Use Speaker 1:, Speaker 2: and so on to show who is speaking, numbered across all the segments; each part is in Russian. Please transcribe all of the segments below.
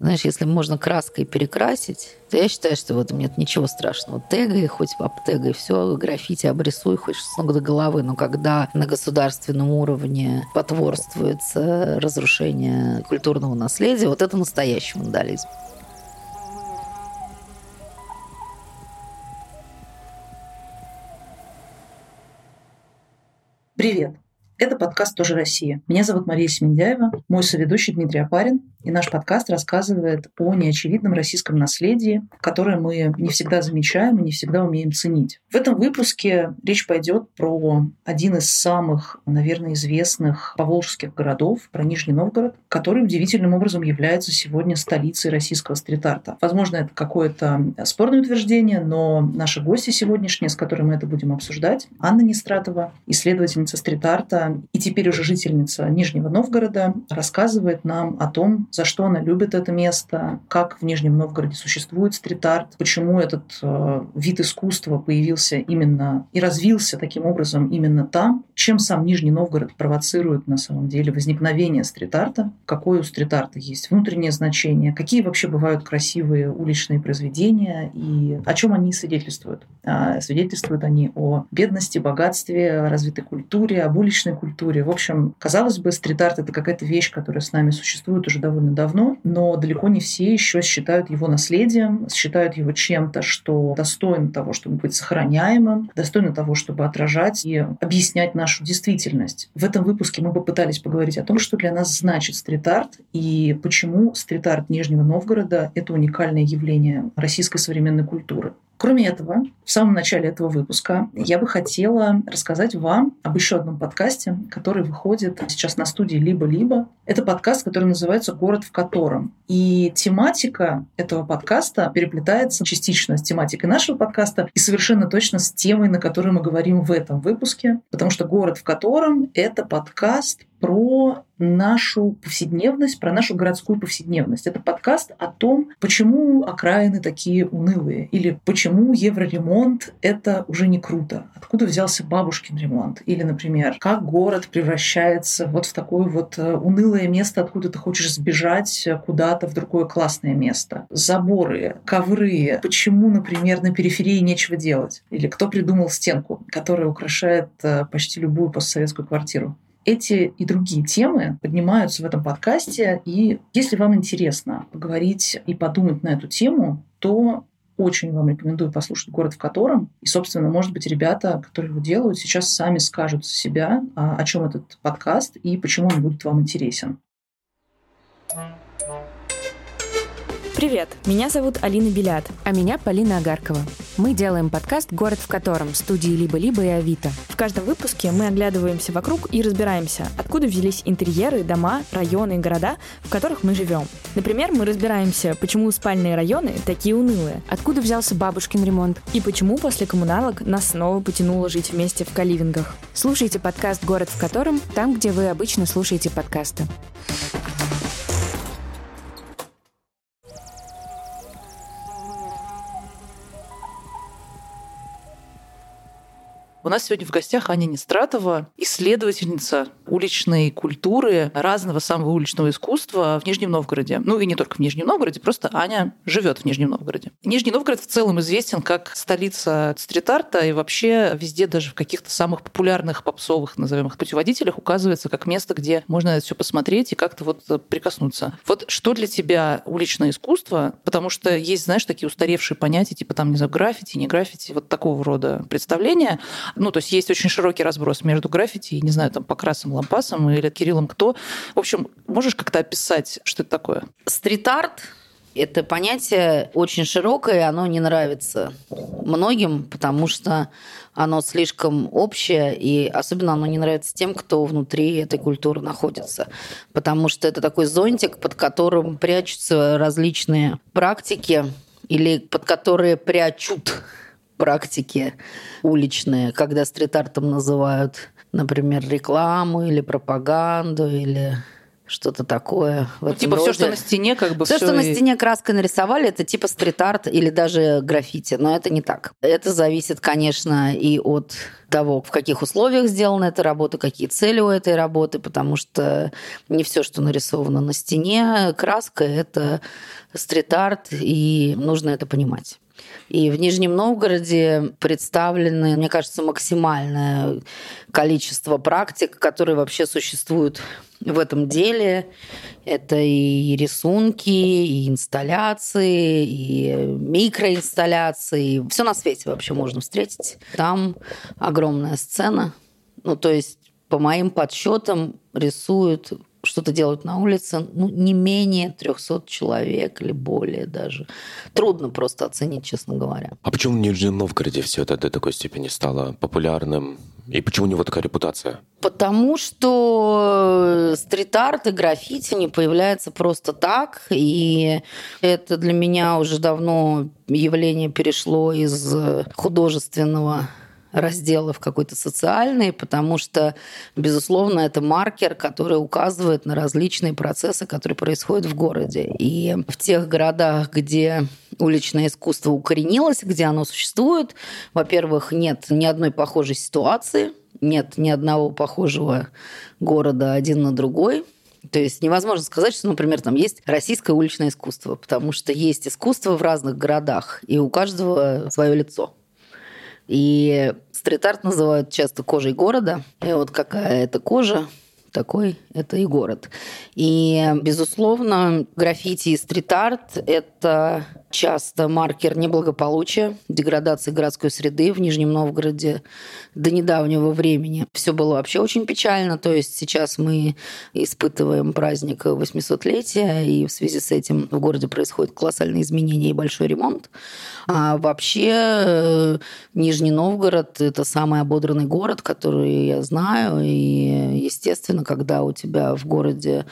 Speaker 1: Знаешь, если можно краской перекрасить, то я считаю, что в этом нет ничего страшного. Тегай, хоть обтегай, все, граффити обрисуй хоть с ног до головы. Но когда на государственном уровне потворствуется разрушение культурного наследия, вот это настоящий вандализм.
Speaker 2: Привет! Это подкаст «Тоже Россия». Меня зовут Мария Семендяева, мой соведущий Дмитрий Опарин, и наш подкаст рассказывает о неочевидном российском наследии, которое мы не всегда замечаем и не всегда умеем ценить. В этом выпуске речь пойдет про один из самых, наверное, известных поволжских городов, про Нижний Новгород, который удивительным образом является сегодня столицей российского стрит-арта. Возможно, это какое-то спорное утверждение, но наши гости сегодняшние, с которыми мы это будем обсуждать, Анна Нестратова, исследовательница стрит-арта и теперь уже жительница Нижнего Новгорода, рассказывает нам о том, за что она любит это место, как в Нижнем Новгороде существует стрит-арт, почему этот вид искусства появился именно и развился таким образом именно там, чем сам Нижний Новгород провоцирует на самом деле возникновение стрит-арта, какое у стрит-арта есть внутреннее значение, какие вообще бывают красивые уличные произведения и о чем они свидетельствуют. Свидетельствуют они о бедности, богатстве, развитой культуре, об уличной культуре. В общем, казалось бы, стрит-арт — это какая-то вещь, которая с нами существует уже довольно давно, но далеко не все еще считают его наследием, считают его чем-то, что достойно того, чтобы быть сохраняемым, достойно того, чтобы отражать и объяснять нашу действительность. В этом выпуске мы попытались поговорить о том, что для нас значит стрит-арт и почему стрит-арт Нижнего Новгорода — это уникальное явление российской современной культуры. Кроме этого, в самом начале этого выпуска я бы хотела рассказать вам об еще одном подкасте, который выходит сейчас на студии «Либо-либо». Это подкаст, который называется «Город в котором». И тематика этого подкаста переплетается частично с тематикой нашего подкаста и совершенно точно с темой, на которой мы говорим в этом выпуске, потому что «Город в котором» — это подкаст про нашу повседневность, про нашу городскую повседневность. Это подкаст о том, почему окраины такие унылые, или почему евроремонт — это уже не круто, откуда взялся бабушкин ремонт, или, например, как город превращается вот в такое вот унылое место, откуда ты хочешь сбежать куда-то в другое классное место. Заборы, ковры, почему, например, на периферии нечего делать, или кто придумал стенку, которая украшает почти любую постсоветскую квартиру. Эти и другие темы поднимаются в этом подкасте, и если вам интересно поговорить и подумать на эту тему, то очень вам рекомендую послушать «Город в котором». И, собственно, может быть, ребята, которые его делают, сейчас сами скажут за себя, о чем этот подкаст и почему он будет вам интересен.
Speaker 3: Привет, меня зовут Алина Белят.
Speaker 4: А меня Полина Агаркова. Мы делаем подкаст «Город в котором» студии «Либо-либо» и «Авито».
Speaker 3: В каждом выпуске мы оглядываемся вокруг и разбираемся, откуда взялись интерьеры, дома, районы и города, в которых мы живем. Например, мы разбираемся, почему спальные районы такие унылые,
Speaker 4: откуда взялся бабушкин ремонт
Speaker 3: и почему после коммуналок нас снова потянуло жить вместе в коливингах.
Speaker 4: Слушайте подкаст «Город в котором» там, где вы обычно слушаете подкасты.
Speaker 2: У нас сегодня в гостях Аня Нестратова, исследовательница уличной культуры, разного самого уличного искусства в Нижнем Новгороде. Ну и не только в Нижнем Новгороде, просто Аня живет в Нижнем Новгороде. Нижний Новгород в целом известен как столица стрит-арта, и вообще везде, даже в каких-то самых популярных попсовых, назовем их, путеводителях, указывается как место, где можно это все посмотреть и как-то вот прикоснуться. Вот что для тебя уличное искусство? Потому что есть, знаешь, такие устаревшие понятия, типа там, не знаю, граффити, не граффити, вот такого рода представления. Ну, то есть есть очень широкий разброс между граффити и, не знаю, там, Покрасом, Лампасом или Кириллом Кто. В общем, можешь как-то описать, что это такое?
Speaker 1: Стрит-арт — это понятие очень широкое, оно не нравится многим, потому что оно слишком общее, и особенно оно не нравится тем, кто внутри этой культуры находится. Потому что это такой зонтик, под которым прячутся различные практики или под которые прячут практики уличные, когда стрит-артом называют, например, рекламу или пропаганду, или что-то такое.
Speaker 2: Ну, типа все, что на стене, как бы
Speaker 1: все, что на стене краской нарисовали, это типа стрит-арт или даже граффити, но это не так. Это зависит, конечно, и от того, в каких условиях сделана эта работа, какие цели у этой работы, потому что не все, что нарисовано на стене, краска – это стрит-арт, и нужно это понимать. И в Нижнем Новгороде представлены, мне кажется, максимальное количество практик, которые вообще существуют в этом деле. Это и рисунки, и инсталляции, и микроинсталляции. Все на свете вообще можно встретить. Там огромная сцена. То есть, по моим подсчетам, рисуют, что-то делают на улице, не менее 300 человек или более даже. Трудно просто оценить, честно говоря.
Speaker 5: А почему в Нижнем Новгороде все это до такой степени стало популярным? И почему у него такая репутация?
Speaker 1: Потому что стрит-арт и граффити не появляется просто так. И это для меня уже давно явление перешло из художественного раздела в какой-то социальный, потому что, безусловно, это маркер, который указывает на различные процессы, которые происходят в городе. И в тех городах, где уличное искусство укоренилось, где оно существует, во-первых, нет ни одной похожей ситуации, нет ни одного похожего города один на другой. То есть невозможно сказать, что, например, там есть российское уличное искусство, потому что есть искусство в разных городах, и у каждого свое лицо. И стрит-арт называют часто кожей города. И вот какая это кожа, такой это и город. И, безусловно, граффити и стрит-арт – это часто маркер неблагополучия, деградации городской среды в Нижнем Новгороде до недавнего времени. Все было вообще очень печально. То есть сейчас мы испытываем праздник 800-летия, и в связи с этим в городе происходят колоссальные изменения и большой ремонт. А вообще Нижний Новгород – это самый ободранный город, который я знаю. И, естественно, когда у тебя в городе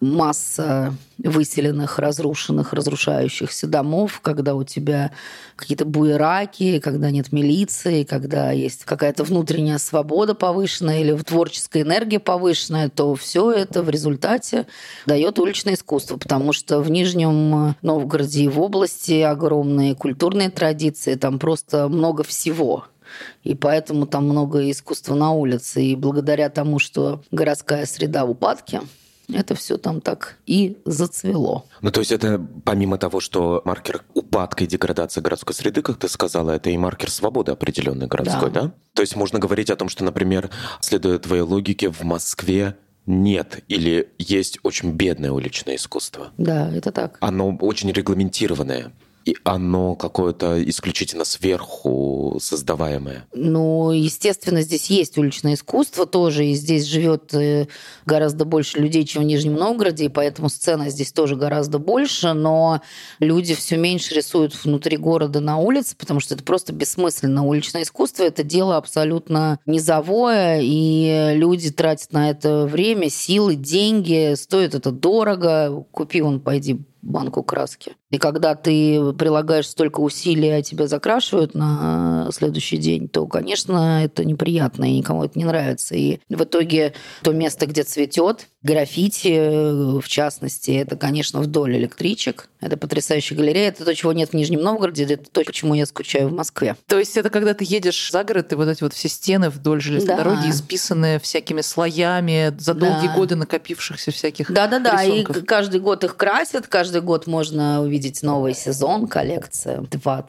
Speaker 1: масса выселенных, разрушенных, разрушающихся домов, когда у тебя какие-то буераки, когда нет милиции, когда есть какая-то внутренняя свобода повышенная или творческая энергия повышенная, то все это в результате дает уличное искусство, потому что в Нижнем Новгороде и в области огромные культурные традиции, там просто много всего. И поэтому там много искусства на улице. И благодаря тому, что городская среда в упадке, это все там так и зацвело.
Speaker 5: То есть это помимо того, что маркер упадка и деградации городской среды, как ты сказала, это и маркер свободы определенной городской, да? То есть можно говорить о том, что, например, следуя твоей логике, в Москве нет или есть очень бедное уличное искусство.
Speaker 1: Да, это так.
Speaker 5: Оно очень регламентированное. И оно какое-то исключительно сверху создаваемое.
Speaker 1: Естественно, здесь есть уличное искусство тоже, и здесь живет гораздо больше людей, чем в Нижнем Новгороде, и поэтому сцена здесь тоже гораздо больше, но люди все меньше рисуют внутри города на улице, потому что это просто бессмысленно. Уличное искусство – это дело абсолютно низовое, и люди тратят на это время, силы, деньги, стоит это дорого. Купи пойди банку краски. И когда ты прилагаешь столько усилий, а тебя закрашивают на следующий день, то, конечно, это неприятно, и никому это не нравится. И в итоге то место, где цветет граффити, в частности, это, конечно, вдоль электричек. Это потрясающая галерея. Это то, чего нет в Нижнем Новгороде. Это то, почему я скучаю в Москве.
Speaker 2: То есть это когда ты едешь за город, и вот эти вот все стены вдоль железной дороги, исписанные всякими слоями за долгие годы накопившихся всяких рисунков.
Speaker 1: И каждый год их красят, каждый год можно увидеть новый сезон, коллекция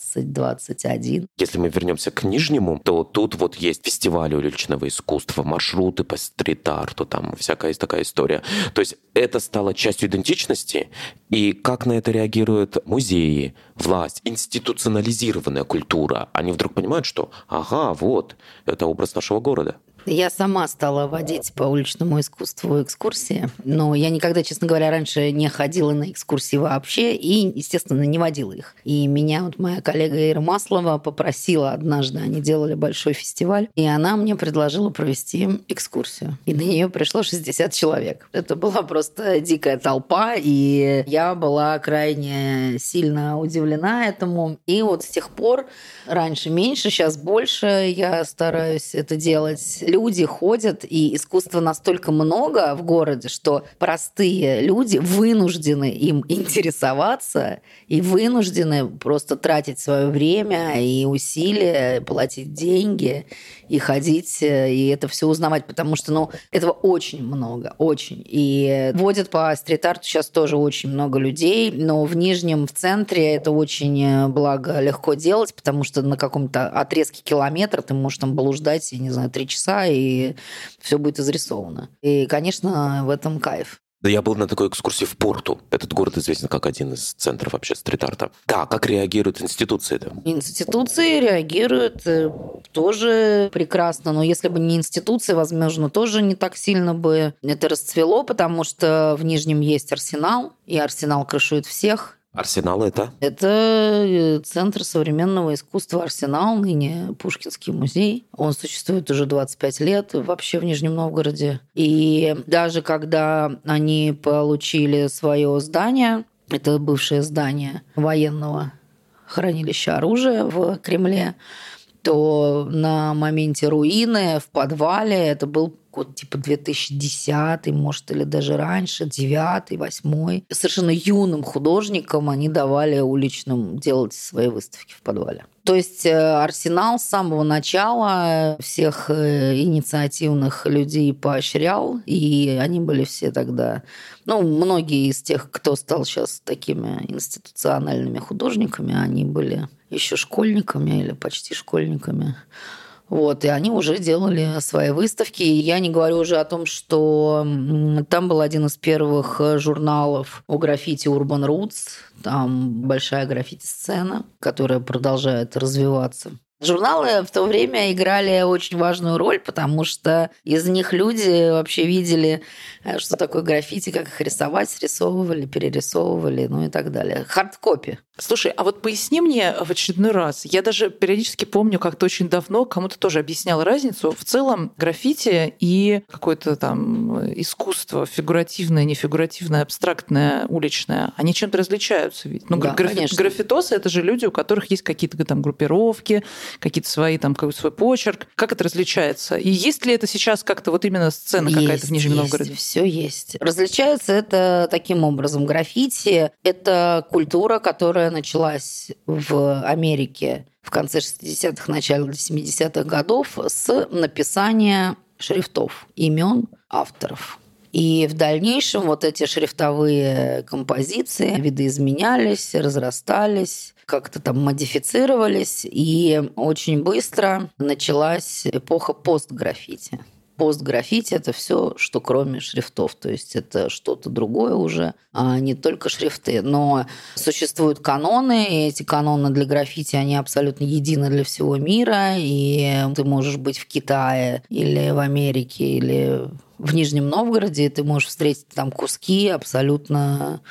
Speaker 1: 2021.
Speaker 5: Если мы вернемся к Нижнему, то тут вот есть фестиваль уличного искусства, маршруты по стрит-арту, там всякая такая история. То есть это стало частью идентичности, и как на это реагируют музеи, власть, институционализированная культура. Они вдруг понимают, что ага, вот, это образ нашего города.
Speaker 1: Я сама стала водить по уличному искусству экскурсии, но я никогда, честно говоря, раньше не ходила на экскурсии вообще и, естественно, не водила их. И меня моя коллега Ира Маслова попросила однажды, они делали большой фестиваль, и она мне предложила провести экскурсию. И на нее пришло 60 человек. Это была просто дикая толпа, и я была крайне сильно удивлена этому. И вот с тех пор раньше меньше, сейчас больше я стараюсь это делать люди ходят, и искусства настолько много в городе, что простые люди вынуждены им интересоваться и вынуждены просто тратить свое время и усилия, платить деньги и ходить, и это все узнавать, потому что, этого очень много, очень. И водят по стрит-арту сейчас тоже очень много людей, но в Нижнем, в центре это очень, благо, легко делать, потому что на каком-то отрезке километра ты можешь там блуждать, я не знаю, 3 часа, и все будет изрисовано. И, конечно, в этом кайф.
Speaker 5: Да, я был на такой экскурсии в Порту. Этот город известен как один из центров вообще стрит-арта. Да, как реагируют институции-то?
Speaker 1: Институции реагируют тоже прекрасно, но если бы не институции, возможно, тоже не так сильно бы это расцвело, потому что в Нижнем есть Арсенал, и Арсенал крышует всех.
Speaker 5: Арсенал это?
Speaker 1: Это Центр современного искусства «Арсенал», ныне Пушкинский музей. Он существует уже 25 лет вообще в Нижнем Новгороде. И даже когда они получили свое здание, это бывшее здание военного хранилища оружия в Кремле, то на моменте руины в подвале, это был год типа 2010, может, или даже раньше, 9-й, 8-й. Совершенно юным художникам они давали уличным делать свои выставки в подвале. То есть Арсенал с самого начала всех инициативных людей поощрял, и они были все тогда... многие из тех, кто стал сейчас такими институциональными художниками, они были еще школьниками или почти школьниками. И они уже делали свои выставки. И я не говорю уже о том, что там был один из первых журналов о граффити Urban Roots. Там большая граффити-сцена, которая продолжает развиваться. Журналы в то время играли очень важную роль, потому что из них люди вообще видели, что такое граффити, как их рисовать, срисовывали, перерисовывали, и так далее. Хардкопи.
Speaker 2: Слушай, а вот поясни мне в очередной раз. Я даже периодически помню, как-то очень давно кому-то тоже объяснял разницу. В целом граффити и какое-то там искусство фигуративное, нефигуративное, абстрактное, уличное, они чем-то различаются ведь.
Speaker 1: Да, конечно.
Speaker 2: Граффитосы — это же люди, у которых есть какие-то там группировки, какие-то свои там какой-то свой почерк. Как это различается? И есть ли это сейчас как-то именно сцена какая-то в Нижнем Новгороде?
Speaker 1: Все есть. Различается это таким образом. Граффити – это культура, которая началась в Америке в конце 60-х, начале 70-х годов с написания шрифтов, имен авторов. И в дальнейшем эти шрифтовые композиции видоизменялись, разрастались, как-то там модифицировались, и очень быстро началась эпоха постграффити. Постграффити – это все, что кроме шрифтов, то есть это что-то другое уже, а не только шрифты. Но существуют каноны, и эти каноны для граффити, они абсолютно едины для всего мира, и ты можешь быть в Китае или в Америке, или в Нижнем Новгороде, и ты можешь встретить там куски абсолютно...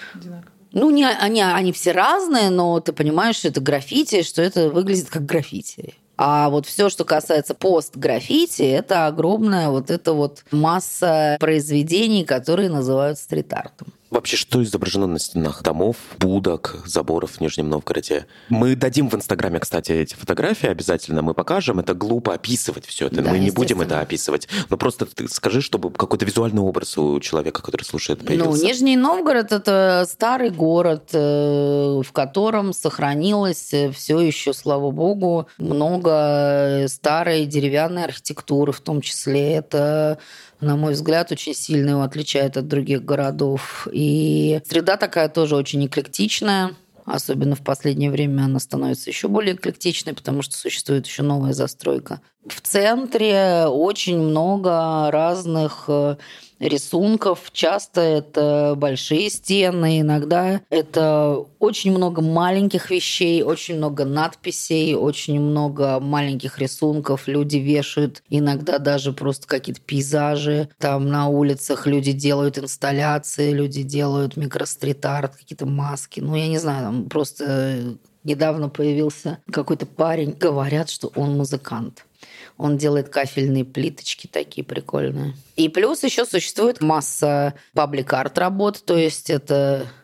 Speaker 1: Они все разные, но ты понимаешь, что это граффити, что это выглядит как граффити. А все, что касается постграффити, это огромная масса произведений, которые называют стрит-артом.
Speaker 5: Вообще, что изображено на стенах домов, будок, заборов в Нижнем Новгороде? Мы дадим в Инстаграме, кстати, эти фотографии обязательно, мы покажем. Это глупо описывать все это, да, мы не будем это описывать. Но просто ты скажи, чтобы какой-то визуальный образ у человека, который слушает, появился.
Speaker 1: Нижний Новгород – это старый город, в котором сохранилось все еще, слава богу, много старой деревянной архитектуры, в том числе. Это, на мой взгляд, очень сильно его отличает от других городов. И среда такая тоже очень эклектичная. Особенно в последнее время она становится еще более эклектичной, потому что существует еще новая застройка. В центре очень много разных рисунков. Часто это большие стены, иногда это очень много маленьких вещей, очень много надписей, очень много маленьких рисунков. Люди вешают иногда даже просто какие-то пейзажи. Там на улицах люди делают инсталляции, люди делают микрострит-арт, какие-то маски. Я не знаю, там просто недавно появился какой-то парень. Говорят, что он музыкант. Он делает кафельные плиточки такие прикольные. И плюс еще существует масса паблик-арт работ, то есть это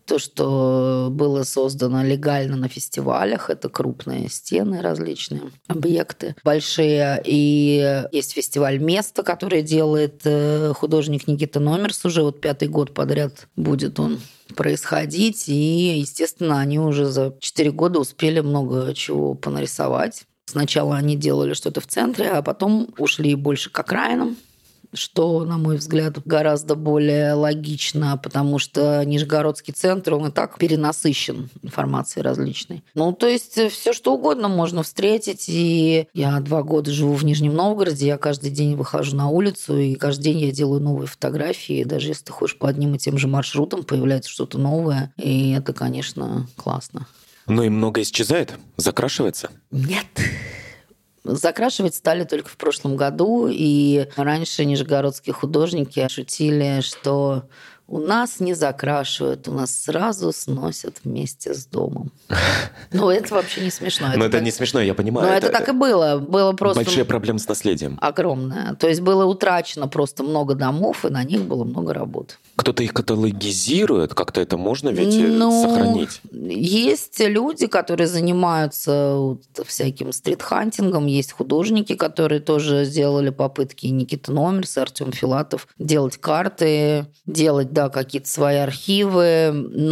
Speaker 1: То, что было создано легально на фестивалях, это крупные стены, различные объекты большие. И есть фестиваль «Место», который делает художник Никита Номерс. Уже вот 5-й год подряд будет он происходить. И, естественно, они уже за 4 года успели много чего понарисовать. Сначала они делали что-то в центре, а потом ушли больше к окраинам, что, на мой взгляд, гораздо более логично, потому что Нижегородский центр, он и так перенасыщен информацией различной. То есть все что угодно можно встретить. И я 2 года живу в Нижнем Новгороде, я каждый день выхожу на улицу, и каждый день я делаю новые фотографии. И даже если ты ходишь по одним и тем же маршрутам, появляется что-то новое. И это, конечно, классно.
Speaker 5: И много исчезает? Закрашивается?
Speaker 1: Нет. Закрашивать стали только в прошлом году, и раньше нижегородские художники шутили, что у нас не закрашивают, у нас сразу сносят вместе с домом. Это вообще не смешно.
Speaker 5: Это не смешно, я понимаю.
Speaker 1: Это так и было. Было просто...
Speaker 5: Большие проблемы с наследием.
Speaker 1: Огромная. То есть было утрачено просто много домов, и на них было много работ.
Speaker 5: Кто-то их каталогизирует, как-то это можно ведь сохранить?
Speaker 1: Есть люди, которые занимаются всяким стрит-хантингом, есть художники, которые тоже сделали попытки, Никита Номерс, Артем Филатов, делать карты, делать, какие-то свои архивы.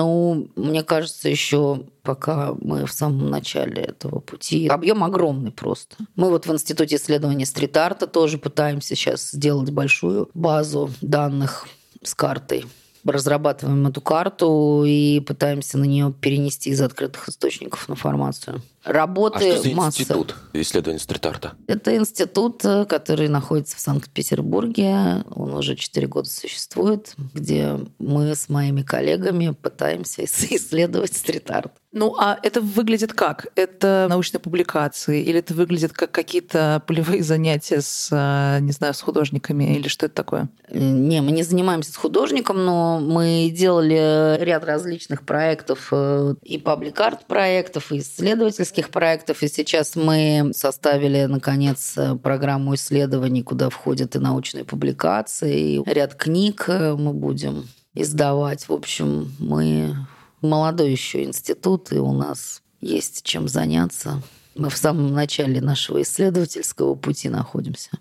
Speaker 1: Мне кажется, еще пока мы в самом начале этого пути. Объем огромный просто. Мы в Институте исследований стрит-арта тоже пытаемся сейчас сделать большую базу данных с картой. Разрабатываем эту карту и пытаемся на нее перенести из открытых источников информацию. Работы
Speaker 5: что за
Speaker 1: масса.
Speaker 5: институт исследований стрит-арта?
Speaker 1: Это институт, который находится в Санкт-Петербурге. Он уже 4 года существует, где мы с моими коллегами пытаемся исследовать стрит-арт.
Speaker 2: А это выглядит как? Это научные публикации? Или это выглядит как какие-то полевые занятия с художниками? Или что это такое?
Speaker 1: Не, мы не занимаемся с художником, но мы делали ряд различных проектов, и паблик-арт проектов, и исследовательских проектов. И сейчас мы составили, наконец, программу исследований, куда входят и научные публикации, и ряд книг мы будем издавать. В общем, мы молодой еще институт, и у нас есть чем заняться. Мы в самом начале нашего исследовательского пути находимся.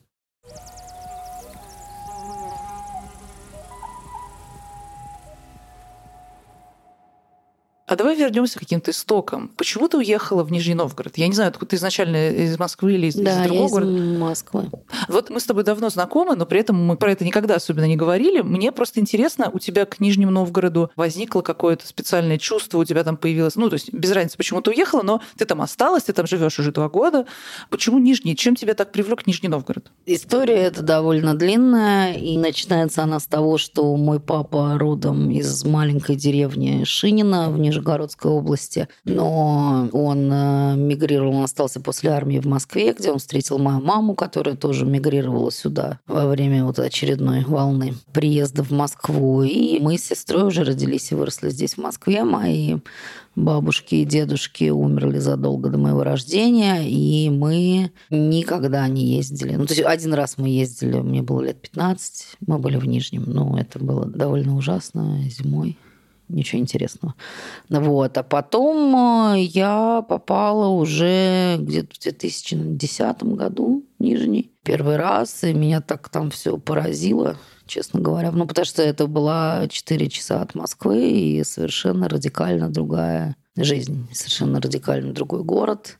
Speaker 2: А давай вернемся к каким-то истокам. Почему ты уехала в Нижний Новгород? Я не знаю, откуда ты изначально из Москвы или из другого города?
Speaker 1: Да, я из Москвы.
Speaker 2: Мы с тобой давно знакомы, но при этом мы про это никогда особенно не говорили. Мне просто интересно, у тебя к Нижнему Новгороду возникло какое-то специальное чувство, у тебя там появилось... то есть без разницы, почему ты уехала, но ты там осталась, ты там живешь уже 2 года. Почему Нижний? Чем тебя так привлек Нижний Новгород?
Speaker 1: История эта довольно длинная, и начинается она с того, что мой папа родом из маленькой деревни Шинино в Нижегородской области, но он мигрировал, он остался после армии в Москве, где он встретил мою маму, которая тоже мигрировала сюда во время очередной волны приезда в Москву. И мы с сестрой уже родились и выросли здесь, в Москве. Мои бабушки и дедушки умерли задолго до моего рождения, и мы никогда не ездили. То есть 1 раз мы ездили, мне было лет 15, мы были в Нижнем, это было довольно ужасно зимой. Ничего интересного. А потом я попала уже где-то в 2010 году в Нижний. 1 раз, и меня так там все поразило, честно говоря. Потому что это была 4 часа от Москвы, и совершенно радикально другая жизнь, совершенно радикально другой город.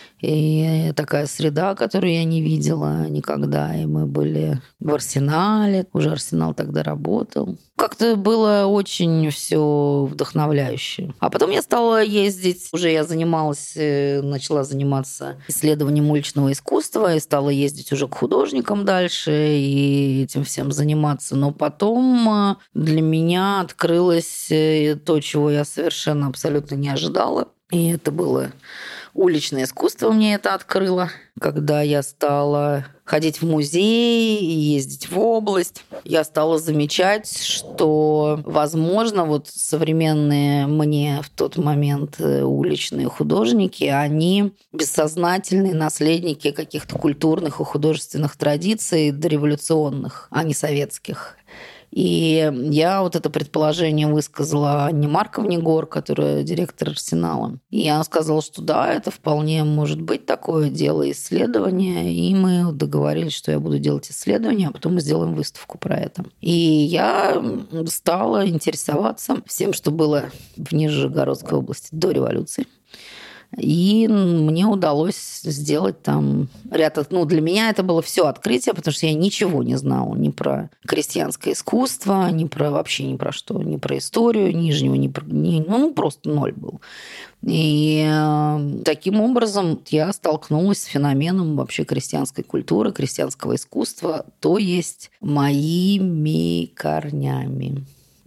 Speaker 1: И такая среда, которую я не видела никогда. И мы были в Арсенале. Уже Арсенал тогда работал. Как-то было очень все вдохновляюще. А потом я стала ездить. Уже я начала заниматься исследованием уличного искусства. И стала ездить уже к художникам дальше. И этим всем заниматься. Но потом для меня открылось то, чего я совершенно абсолютно не ожидала. И это было... Уличное искусство мне это открыло. Когда я стала ходить в музей и ездить в область, я стала замечать, что, возможно, современные мне в тот момент уличные художники, они бессознательные наследники каких-то культурных и художественных традиций дореволюционных, а не советских. И я вот это предположение высказала Анне Марковне Гор, которая директор Арсенала. И она сказала, что да, это вполне может быть такое дело исследования. И мы договорились, что я буду делать исследования, а потом мы сделаем выставку про это. И я стала интересоваться всем, что было в Нижегородской области до революции. И мне удалось сделать там ряд... для меня это было все открытие, потому что я ничего не знала ни про крестьянское искусство, вообще ни про что, ни про историю Нижнего, просто ноль был. И таким образом я столкнулась с феноменом вообще крестьянской культуры, крестьянского искусства, то есть моими корнями.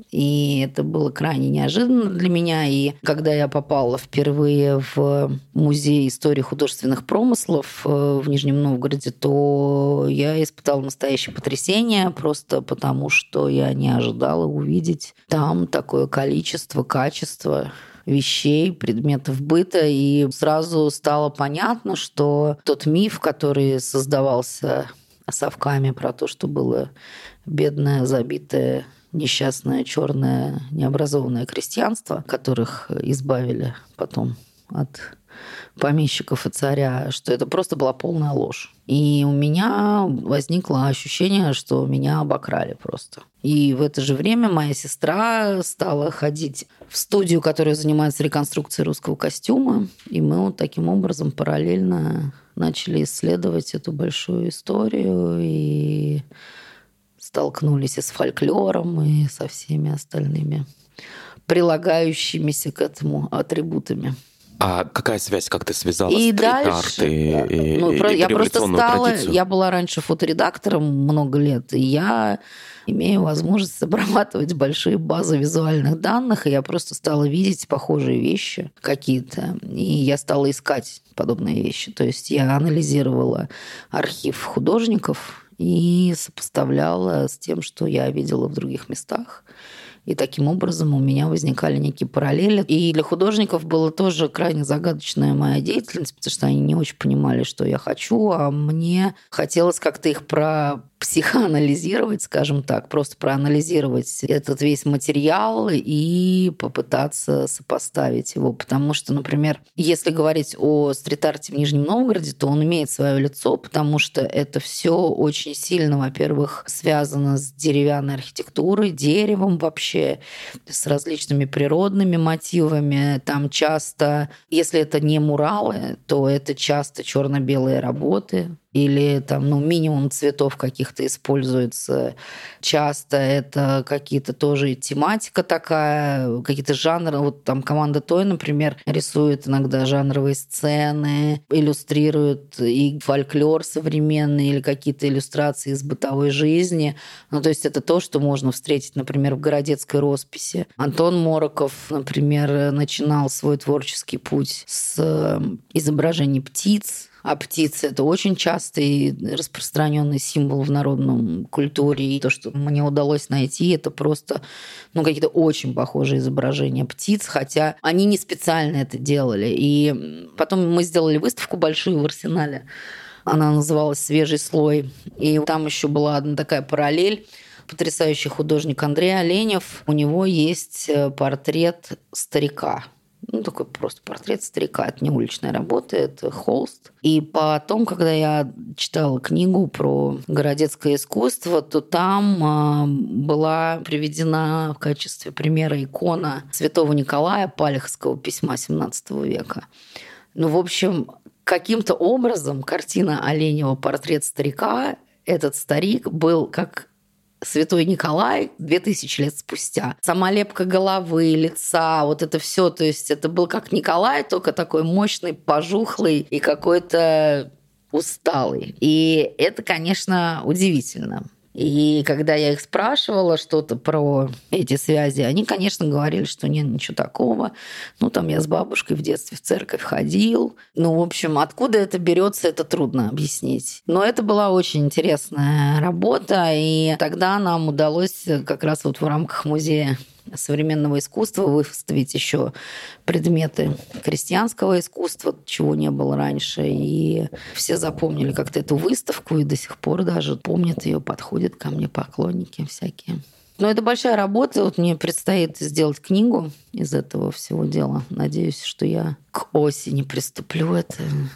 Speaker 1: И это было крайне неожиданно для меня. И когда я попала впервые в музей истории художественных промыслов в Нижнем Новгороде, то я испытала настоящее потрясение, просто потому что я не ожидала увидеть там такое количество, качество вещей, предметов быта. И сразу стало понятно, что тот миф, который создавался совками про то, что было бедное, забитое, несчастное, черное, необразованное крестьянство, которых избавили потом от помещиков и царя, что это просто была полная ложь. И у меня возникло ощущение, что меня обокрали просто. И в это же время моя сестра стала ходить в студию, которая занимается реконструкцией русского костюма. И мы вот таким образом параллельно начали исследовать эту большую историю и столкнулись и с фольклором, и со всеми остальными прилагающимися к этому атрибутами.
Speaker 5: А какая связь, как ты связала
Speaker 1: и
Speaker 5: стрит-арт и революционную традицию?
Speaker 1: Я была раньше фоторедактором много лет, и я имею возможность обрабатывать большие базы визуальных данных, и я просто стала видеть похожие вещи какие-то, и я стала искать подобные вещи. То есть я анализировала архив художников и сопоставляла с тем, что я видела в других местах. И таким образом у меня возникали некие параллели. И для художников была тоже крайне загадочная моя деятельность, потому что они не очень понимали, что я хочу, а мне хотелось как-то их психоанализировать, скажем так, просто проанализировать этот весь материал и попытаться сопоставить его. Потому что, например, если говорить о стрит-арте в Нижнем Новгороде, то он имеет свое лицо, потому что это все очень сильно, во-первых, связано с деревянной архитектурой, деревом вообще, с различными природными мотивами. Там часто, если это не муралы, то это часто черно-белые работы, или там, минимум цветов каких-то используется. Часто это какие-то тоже тематика такая, какие-то жанры. Вот там команда Той, например, рисует иногда жанровые сцены, иллюстрирует и фольклор современный, или какие-то иллюстрации из бытовой жизни. То есть это то, что можно встретить, например, в городецкой росписи. Антон Мороков, например, начинал свой творческий путь с изображений птиц. А птицы – это очень частый распространенный символ в народном культуре. И то, что мне удалось найти, это просто какие-то очень похожие изображения птиц, хотя они не специально это делали. И потом мы сделали выставку большую в Арсенале. Она называлась «Свежий слой». И там еще была одна такая параллель. Потрясающий художник Андрей Оленев. У него есть портрет старика. Такой просто портрет старика. Это не уличная работа, это холст. И потом, когда я читала книгу про городецкое искусство, то там была приведена в качестве примера икона святого Николая Палехского письма XVII века. В общем, каким-то образом картина Оленева «Портрет старика», этот старик был как Святой Николай 2000 лет спустя. Сама лепка головы, лица, вот это все, то есть это был как Николай, только такой мощный, пожухлый и какой-то усталый. И это, конечно, удивительно. И когда я их спрашивала что-то про эти связи, они, конечно, говорили, что нет ничего такого. Там я с бабушкой в детстве в церковь ходил. В общем, откуда это берется, это трудно объяснить. Но это была очень интересная работа, и тогда нам удалось как раз вот в рамках музея современного искусства выставить еще предметы крестьянского искусства, чего не было раньше. И все запомнили как-то эту выставку, и до сих пор даже помнят ее, подходят ко мне поклонники всякие. Но это большая работа. Вот мне предстоит сделать книгу из этого всего дела. Надеюсь, что я к осени приступлю это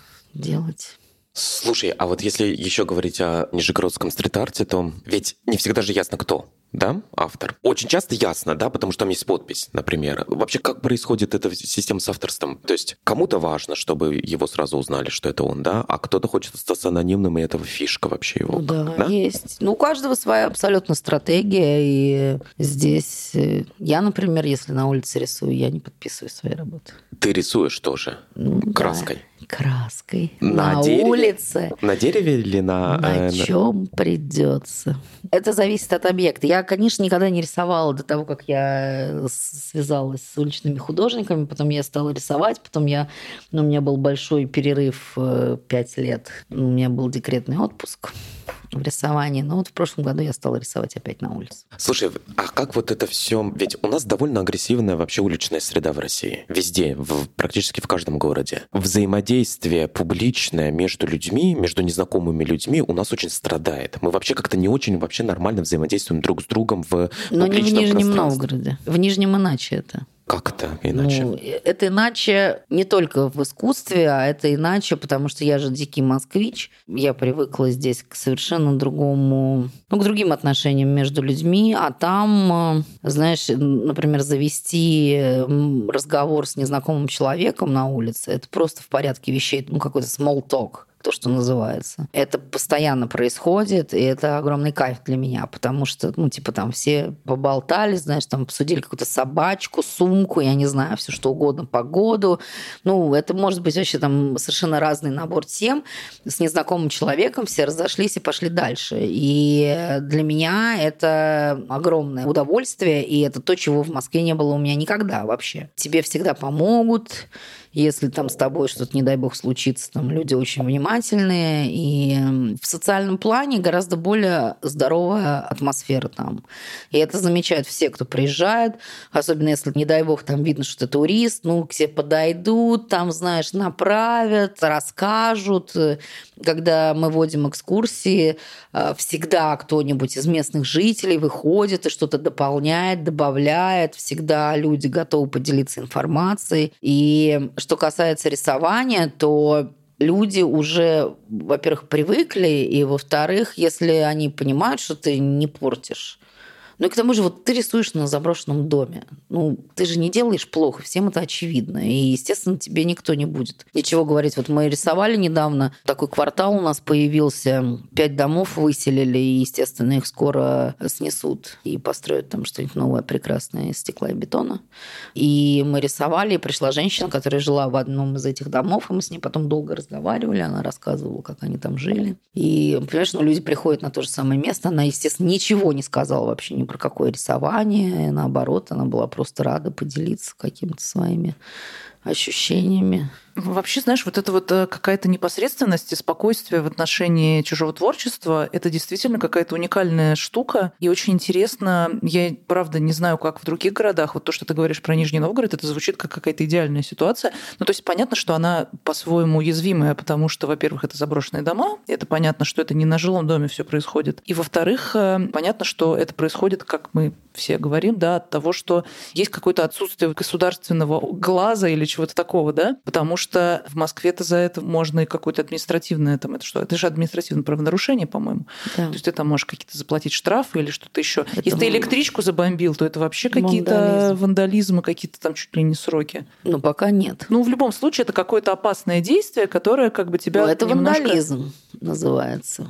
Speaker 1: делать.
Speaker 5: Слушай, а вот если еще говорить о нижегородском стрит-арте, то ведь не всегда же ясно, кто, да, автор. Очень часто ясно, да, потому что там есть подпись, например. Вообще, как происходит эта система с авторством? То есть кому-то важно, чтобы его сразу узнали, что это он, да, а кто-то хочет остаться анонимным, и это фишка вообще его.
Speaker 1: Да, есть. У каждого своя абсолютно стратегия, и здесь я, например, если на улице рисую, я не подписываю свои работы.
Speaker 5: Ты рисуешь тоже краской?
Speaker 1: Да. Краской.
Speaker 5: На
Speaker 1: дереве? Улице.
Speaker 5: На дереве или
Speaker 1: на чем придется. Это зависит от объекта. Я, конечно, никогда не рисовала до того, как я связалась с уличными художниками. Потом я стала рисовать. Потом у меня был большой перерыв 5 лет. У меня был декретный отпуск в рисовании. Но вот в прошлом году я стала рисовать опять на улице.
Speaker 5: Слушай, а как вот это все? Ведь у нас довольно агрессивная вообще уличная среда в России. Везде, практически в каждом городе. Взаимодействие публичное между людьми, между незнакомыми людьми у нас очень страдает. Мы вообще как-то не очень вообще нормально взаимодействуем друг с другом в публичном
Speaker 1: Но не в Нижнем
Speaker 5: пространстве.
Speaker 1: Новгороде. В Нижнем иначе это.
Speaker 5: Как это иначе?
Speaker 1: Это иначе не только в искусстве, а это иначе, потому что я же дикий москвич. Я привыкла здесь к совершенно другому, к другим отношениям между людьми. А там, знаешь, например, завести разговор с незнакомым человеком на улице, это просто в порядке вещей, какой-то small talk. То, что называется. Это постоянно происходит, и это огромный кайф для меня, потому что, там все поболтали, знаешь, там обсудили какую-то собачку, сумку, я не знаю, все что угодно, погоду. Это может быть вообще там совершенно разный набор тем. С незнакомым человеком все разошлись и пошли дальше. И для меня это огромное удовольствие, и это то, чего в Москве не было у меня никогда вообще. Тебе всегда помогут. Если там с тобой что-то, не дай бог, случится, там люди очень внимательные. И в социальном плане гораздо более здоровая атмосфера там. И это замечают все, кто приезжает. Особенно если, не дай бог, там видно, что ты турист. К тебе подойдут, там, знаешь, направят, расскажут. Когда мы водим экскурсии, всегда кто-нибудь из местных жителей выходит и что-то дополняет, добавляет. Всегда люди готовы поделиться информацией. И что касается рисования, то люди уже, во-первых, привыкли, и, во-вторых, если они понимают, что ты не портишь. И к тому же ты рисуешь на заброшенном доме. Ты же не делаешь плохо, всем это очевидно. И, естественно, тебе никто не будет ничего говорить. Мы рисовали недавно, такой квартал у нас появился, 5 домов выселили, и, естественно, их скоро снесут и построят там что-нибудь новое, прекрасное из стекла и бетона. И мы рисовали, и пришла женщина, которая жила в одном из этих домов, и мы с ней потом долго разговаривали, она рассказывала, как они там жили. И, понимаешь, люди приходят на то же самое место, она, естественно, ничего не сказала вообще ни про какое рисование. Наоборот, она была просто рада поделиться какими-то своими ощущениями.
Speaker 2: Вообще, знаешь, это какая-то непосредственность и спокойствие в отношении чужого творчества, это действительно какая-то уникальная штука. И очень интересно, я, правда, не знаю, как в других городах, то, что ты говоришь про Нижний Новгород, это звучит как какая-то идеальная ситуация. То есть понятно, что она по-своему уязвимая, потому что, во-первых, это заброшенные дома, это понятно, что это не на жилом доме все происходит. И, во-вторых, понятно, что это происходит, как мы все говорим, да, от того, что есть какое-то отсутствие государственного глаза или чего-то такого, да, потому что в Москве-то за это можно и какое-то административное, это же административное правонарушение, по-моему. Да. То есть ты там можешь какие-то заплатить штрафы или что-то еще. Если ты электричку забомбил, то это вообще какие-то вандализмы, какие-то там чуть ли не сроки.
Speaker 1: Пока нет.
Speaker 2: В любом случае это какое-то опасное действие, которое тебя
Speaker 1: это
Speaker 2: немножко...
Speaker 1: вандализм называется.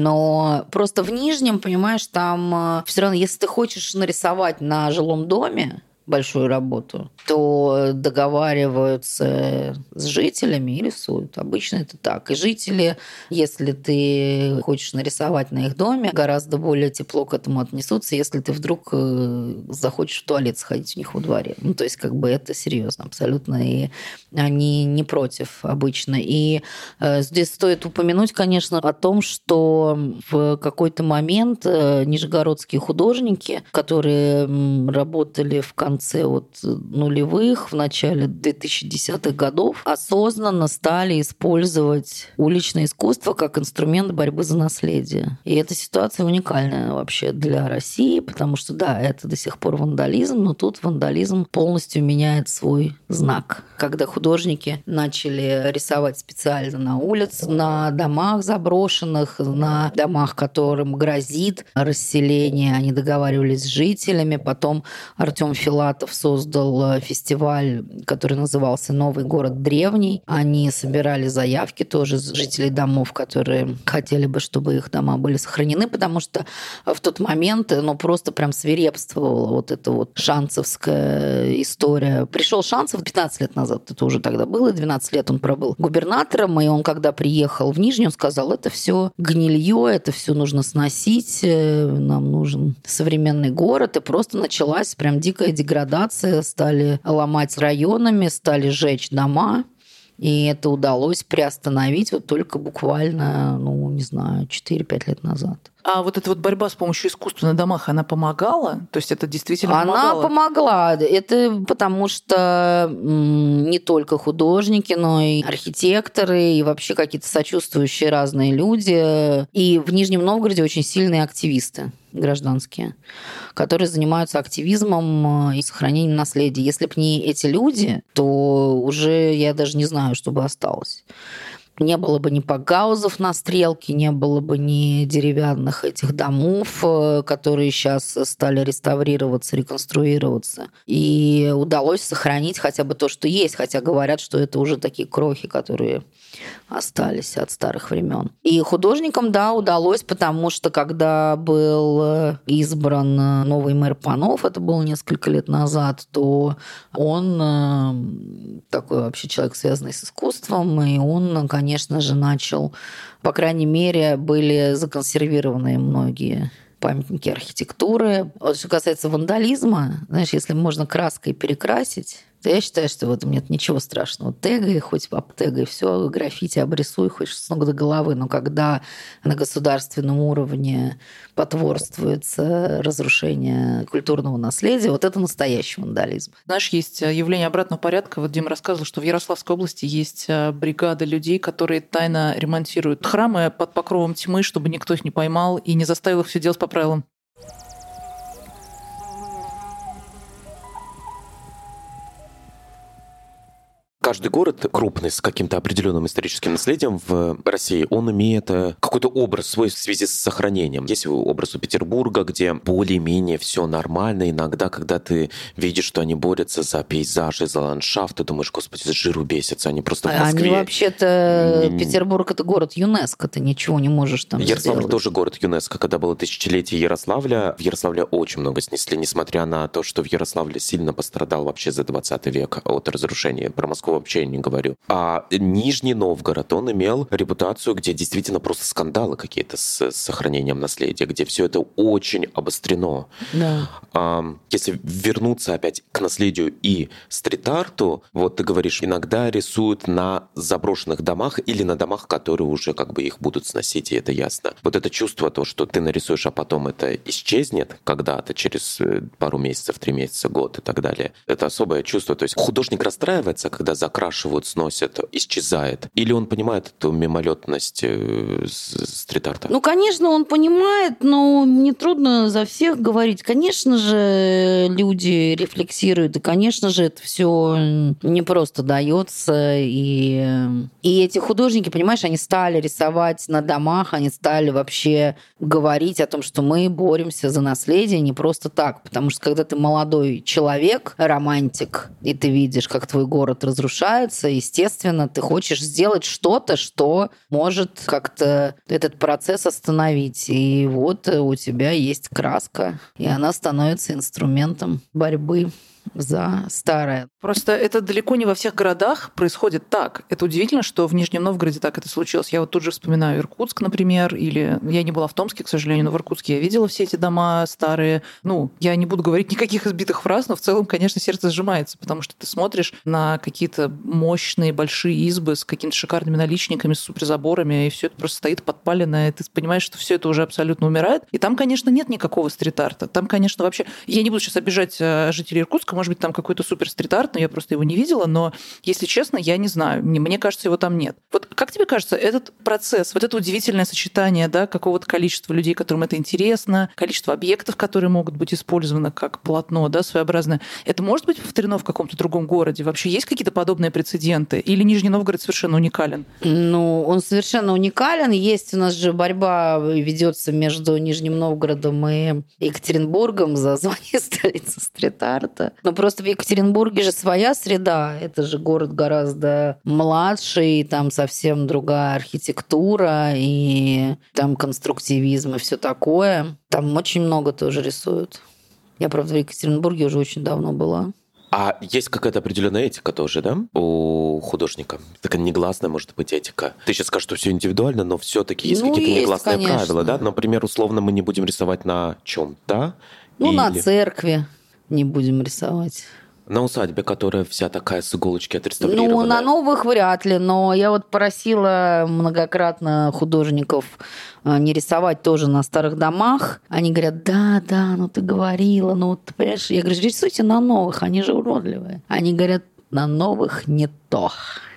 Speaker 1: Но просто в Нижнем, понимаешь, там все равно, если ты хочешь нарисовать на жилом доме большую работу, то договариваются с жителями и рисуют. Обычно это так. И жители, если ты хочешь нарисовать на их доме, гораздо более тепло к этому отнесутся, если ты вдруг захочешь в туалет сходить у них во дворе. То есть это серьезно абсолютно. И они не против обычно. И здесь стоит упомянуть, конечно, о том, что в какой-то момент нижегородские художники, которые работали в конце конце нулевых, в начале 2010-х годов осознанно стали использовать уличное искусство как инструмент борьбы за наследие. И эта ситуация уникальная вообще для России, потому что, да, это до сих пор вандализм, но тут вандализм полностью меняет свой знак. Когда художники начали рисовать специально на улице, на домах заброшенных, на домах, которым грозит расселение, они договаривались с жителями. Потом Артём Филатов создал фестиваль, который назывался «Новый город древний». Они собирали заявки тоже с жителей домов, которые хотели бы, чтобы их дома были сохранены, потому что в тот момент просто прям свирепствовала эта шанцевская история. Пришел Шанцев 15 лет назад, это уже тогда было, 12 лет он пробыл губернатором, и он, когда приехал в Нижний, он сказал, это все гнилье, это все нужно сносить, нам нужен современный город, и просто началась прям дикая деградация, стали ломать районами, стали жечь дома. И это удалось приостановить только буквально, 4-5 лет назад.
Speaker 2: А эта борьба с помощью искусства на домах, она помогала? То есть это действительно помогало?
Speaker 1: Она помогла. Это потому что не только художники, но и архитекторы, и вообще какие-то сочувствующие разные люди. И в Нижнем Новгороде очень сильные активисты гражданские, которые занимаются активизмом и сохранением наследия. Если бы не эти люди, то уже я даже не знаю, что бы осталось. Не было бы ни пакгаузов на Стрелке, не было бы ни деревянных этих домов, которые сейчас стали реставрироваться, реконструироваться. И удалось сохранить хотя бы то, что есть, хотя говорят, что это уже такие крохи, которые остались от старых времен. И художникам, да, удалось, потому что когда был избран новый мэр Панов, это было несколько лет назад, то он такой вообще человек, связанный с искусством, и он, конечно же, начал, по крайней мере, были законсервированы многие памятники архитектуры. Что касается вандализма, знаешь, если можно краской перекрасить, то я считаю, что в этом нет ничего страшного. Тегай, хоть обтегай, все, граффити обрисуй, хоть с ног до головы. Но когда на государственном уровне потворствуется разрушение культурного наследия, это настоящий вандализм.
Speaker 2: Знаешь, есть явление обратного порядка. Дима рассказывал, что в Ярославской области есть бригада людей, которые тайно ремонтируют храмы под покровом тьмы, чтобы никто их не поймал и не заставил их все делать по правилам.
Speaker 5: Каждый город крупный с каким-то определенным историческим наследием в России, он имеет какой-то образ свой в связи с сохранением. Есть образ у Петербурга, где более-менее все нормально. Иногда, когда ты видишь, что они борются за пейзажи, за ландшафт, ты думаешь, господи, с жиру бесятся, они просто в Москве.
Speaker 1: Они вообще-то... Петербург — это город ЮНЕСКО, ты ничего не можешь там
Speaker 5: Ярославль
Speaker 1: сделать.
Speaker 5: тоже город ЮНЕСКО. Когда было тысячелетие Ярославля, в Ярославле очень много снесли, несмотря на то, что в Ярославле сильно пострадал вообще за 20 век от разрушения. Про Москву вообще не говорю. А Нижний Новгород, он имел репутацию, где действительно просто скандалы какие-то с сохранением наследия, где все это очень обострено.
Speaker 1: Да.
Speaker 5: Если вернуться опять к наследию и стрит-арту, ты говоришь, иногда рисуют на заброшенных домах или на домах, которые уже их будут сносить, и это ясно. Это чувство, то, что ты нарисуешь, а потом это исчезнет когда-то, через пару месяцев, 3 месяца, год и так далее. Это особое чувство. То есть художник расстраивается, когда закрашивают, сносят, исчезает? Или он понимает эту мимолетность стрит-арта?
Speaker 1: Конечно, он понимает, но мне трудно за всех говорить. Конечно же, люди рефлексируют, и, конечно же, это все не просто дается. И эти художники, понимаешь, они стали рисовать на домах, они стали вообще говорить о том, что мы боремся за наследие не просто так. Потому что когда ты молодой человек, романтик, и ты видишь, как твой город разрушается, естественно, ты хочешь сделать что-то, что может как-то этот процесс остановить. И у тебя есть краска, и она становится инструментом борьбы за старое.
Speaker 2: Просто это далеко не во всех городах происходит так. Это удивительно, что в Нижнем Новгороде так это случилось. Я тут же вспоминаю Иркутск, например, или я не была в Томске, к сожалению, но в Иркутске я видела все эти дома старые. Я не буду говорить никаких избитых фраз, но в целом, конечно, сердце сжимается, потому что ты смотришь на какие-то мощные большие избы с какими-то шикарными наличниками, с суперзаборами, и все это просто стоит подпаленное, и ты понимаешь, что все это уже абсолютно умирает. И там, конечно, нет никакого стрит-арта. Там, конечно, вообще... Я не буду сейчас обижать жителей Иркутска, может быть, там какой-то супер стрит-арт, но я просто его не видела, но, если честно, я не знаю. Мне кажется, его там нет. Вот как тебе кажется, этот процесс, вот это удивительное сочетание, да, какого-то количества людей, которым это интересно, количество объектов, которые могут быть использованы как полотно, да, своеобразное, это может быть повторено в каком-то другом городе? Вообще есть какие-то подобные прецеденты? Или Нижний Новгород совершенно уникален?
Speaker 1: Ну, он совершенно уникален. Есть у нас же борьба ведется между Нижним Новгородом и Екатеринбургом за звание столицы стрит-арта. Но просто в Екатеринбурге же своя среда. Это же город гораздо младший, там совсем другая архитектура, и там конструктивизм и все такое. Там очень много тоже рисуют. Я, правда, в Екатеринбурге уже очень давно была.
Speaker 5: А есть какая-то определенная этика тоже, да, у художника? Такая негласная, может быть, этика. Ты сейчас скажешь, что все индивидуально, но все-таки есть какие-то негласные правила, да? Например, условно, мы не будем рисовать на чем-то.
Speaker 1: Ну, на церкви не будем рисовать.
Speaker 5: На усадьбе, которая вся такая с иголочки отреставрированная.
Speaker 1: Ну, на новых вряд ли, но я вот просила многократно художников не рисовать тоже на старых домах. Они говорят, да, ну ты говорила, ну ты понимаешь, я говорю, рисуйте на новых, они же уродливые. Они говорят, на новых не то.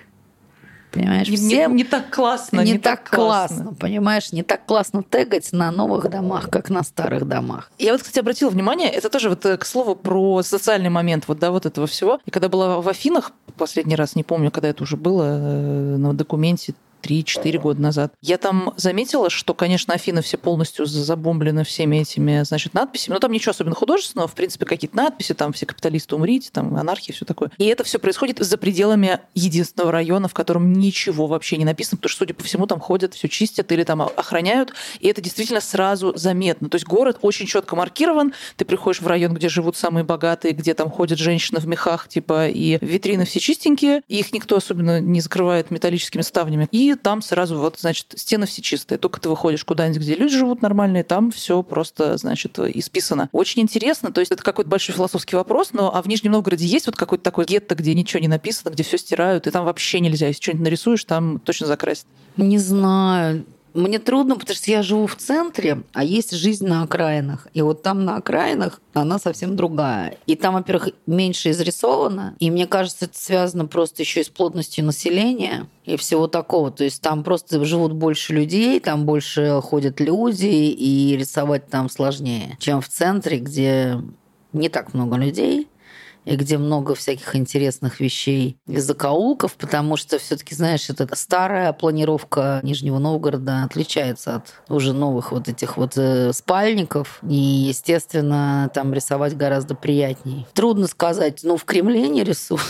Speaker 1: Понимаешь,
Speaker 2: не так классно.
Speaker 1: Не так классно, понимаешь? Не так классно тегать на новых домах, как на старых домах.
Speaker 2: Я вот, кстати, обратила внимание, это тоже вот к слову про социальный момент вот этого всего. И когда была в Афинах, последний раз, не помню, когда это уже было, на документе 3-4 года назад. Я там заметила, что, конечно, Афины все полностью забомблены всеми этими, значит, надписями. Но там ничего особенно художественного. В принципе, какие-то надписи, там все капиталисты умрите, там анархия, все такое. И это все происходит за пределами единственного района, в котором ничего вообще не написано, потому что, судя по всему, там ходят, все чистят или там охраняют. И это действительно сразу заметно. То есть город очень четко маркирован. Ты приходишь в район, где живут самые богатые, где там ходят женщины в мехах, типа, и витрины все чистенькие. И их никто особенно не закрывает металлическими ставнями. И там сразу вот, значит, стены все чистые. Только ты выходишь куда-нибудь, где люди живут нормальные, там все просто, значит, исписано. Очень интересно. То есть это какой-то большой философский вопрос, но а в Нижнем Новгороде есть вот какой-то такой гетто, где ничего не написано, где все стирают, и там вообще нельзя. Если что-нибудь нарисуешь, там точно закрасят.
Speaker 1: Не знаю. Мне трудно, потому что я живу в центре, а есть жизнь на окраинах. И вот там на окраинах она совсем другая. И там, во-первых, меньше изрисовано. И мне кажется, это связано просто еще и с плотностью населения и всего такого. То есть там просто живут больше людей, там больше ходят люди, и рисовать там сложнее, чем в центре, где не так много людей, и где много всяких интересных вещей и закоулков, потому что все-таки, знаешь, эта старая планировка Нижнего Новгорода отличается от уже новых вот этих вот спальников, и, естественно, там рисовать гораздо приятней. Трудно сказать, ну, в Кремле не рисуют,